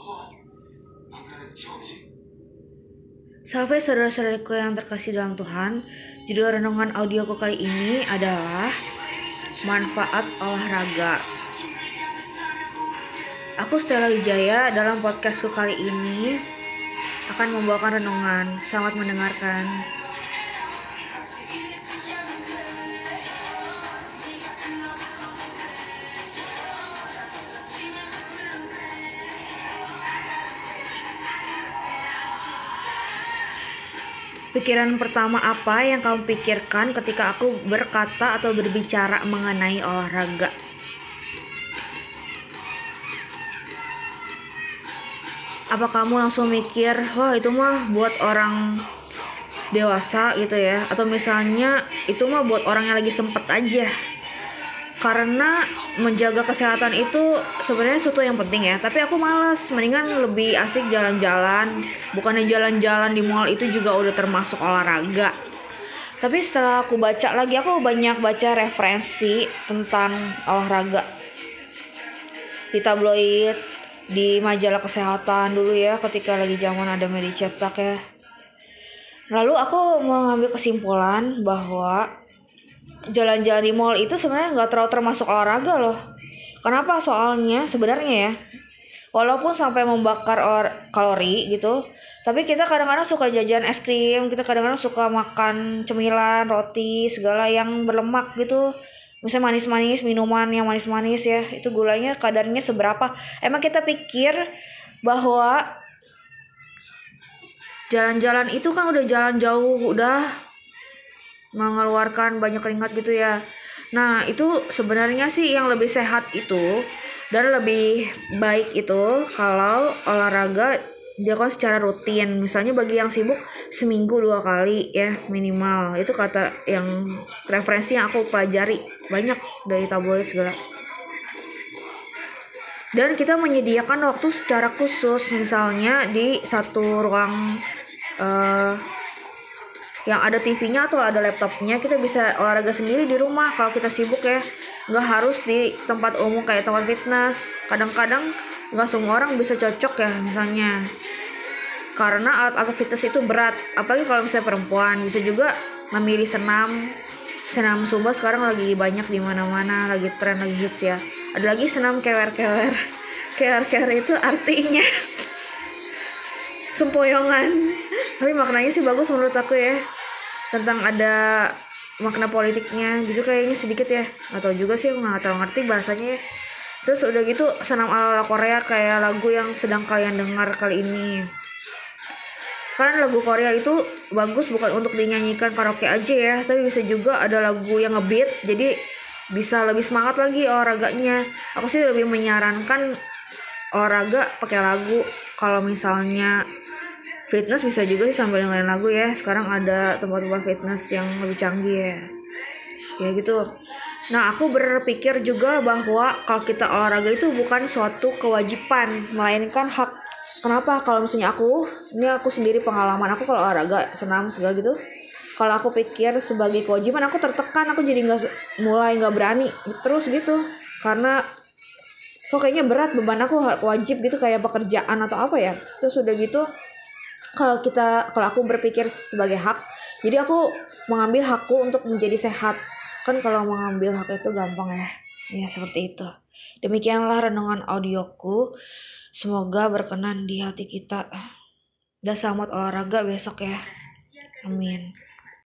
Salve saudara-saudariku yang terkasih dalam Tuhan. Judul renungan audioku kali ini adalah manfaat olahraga. Aku Stella Wijaya. Dalam podcastku kali ini akan membawakan renungan. Selamat mendengarkan. Pikiran pertama apa yang kamu pikirkan ketika aku berkata atau berbicara mengenai olahraga? Apa kamu langsung mikir, wah itu mah buat orang dewasa gitu ya? Atau misalnya itu mah buat orang yang lagi sempet aja? Karena menjaga kesehatan itu sebenarnya sesuatu yang penting ya. Tapi aku malas, mendingan lebih asik jalan-jalan. Bukannya jalan-jalan di mall itu juga udah termasuk olahraga. Tapi setelah aku baca lagi, aku banyak baca referensi tentang olahraga di tabloid, di majalah kesehatan dulu ya, ketika lagi zaman ada media cetak ya. Lalu aku mengambil kesimpulan bahwa jalan-jalan di mall itu sebenarnya nggak terlalu termasuk olahraga loh. Kenapa? Soalnya sebenarnya ya, walaupun sampai membakar kalori gitu, tapi kita kadang-kadang suka jajan es krim, kita kadang-kadang suka makan cemilan, roti, segala yang berlemak gitu. Misalnya manis-manis, minuman yang manis-manis ya, itu gulanya kadarnya seberapa? Emang kita pikir bahwa jalan-jalan itu kan udah jalan jauh, udah mengeluarkan banyak keringat gitu ya. Nah itu sebenarnya sih yang lebih sehat itu dan lebih baik itu kalau olahraga dilakukan secara rutin. Misalnya bagi yang sibuk seminggu 2 kali ya minimal. Itu kata yang referensi yang aku pelajari banyak dari tabloid segala. Dan kita menyediakan waktu secara khusus, misalnya di satu ruang yang ada TV-nya atau ada laptopnya, kita bisa olahraga sendiri di rumah kalau kita sibuk ya. Nggak harus di tempat umum kayak tempat fitness. Kadang-kadang nggak semua orang bisa cocok ya misalnya, karena alat-alat fitness itu berat, apalagi kalau misalnya perempuan. Bisa juga memilih senam Zumba sekarang lagi banyak di mana-mana, lagi tren, lagi hits ya. Ada lagi senam kewer-kewer. Kewer-kewer itu artinya sempoyongan, tapi maknanya sih bagus menurut aku ya, tentang ada makna politiknya gitu kayaknya sedikit ya, atau juga sih nggak terlalu ngerti bahasanya ya. Terus udah gitu senam ala Korea kayak lagu yang sedang kalian dengar kali ini. Karena lagu Korea itu bagus bukan untuk dinyanyikan karaoke aja ya, tapi bisa juga ada lagu yang ngebeat, jadi bisa lebih semangat lagi olahraganya. Aku sih lebih menyarankan olahraga pakai lagu. Kalau misalnya fitness bisa juga sih sambil dengerin lagu ya. Sekarang ada tempat-tempat fitness yang lebih canggih ya. Ya gitu. Nah, aku berpikir juga bahwa kalau kita olahraga itu bukan suatu kewajiban, melainkan hak. Kenapa? Kalau misalnya ini aku sendiri pengalaman aku kalau olahraga, senam segala gitu. Kalau aku pikir sebagai kewajiban, aku tertekan, aku jadi mulai nggak berani terus gitu. Karena kok kayaknya berat, beban aku wajib gitu kayak pekerjaan atau apa ya. Terus udah gitu, kalau aku berpikir sebagai hak, jadi aku mengambil hakku untuk menjadi sehat. Kan kalau mengambil hak itu gampang ya. Ya seperti itu. Demikianlah renungan audioku. Semoga berkenan di hati kita. Dan selamat olahraga besok ya. Amin.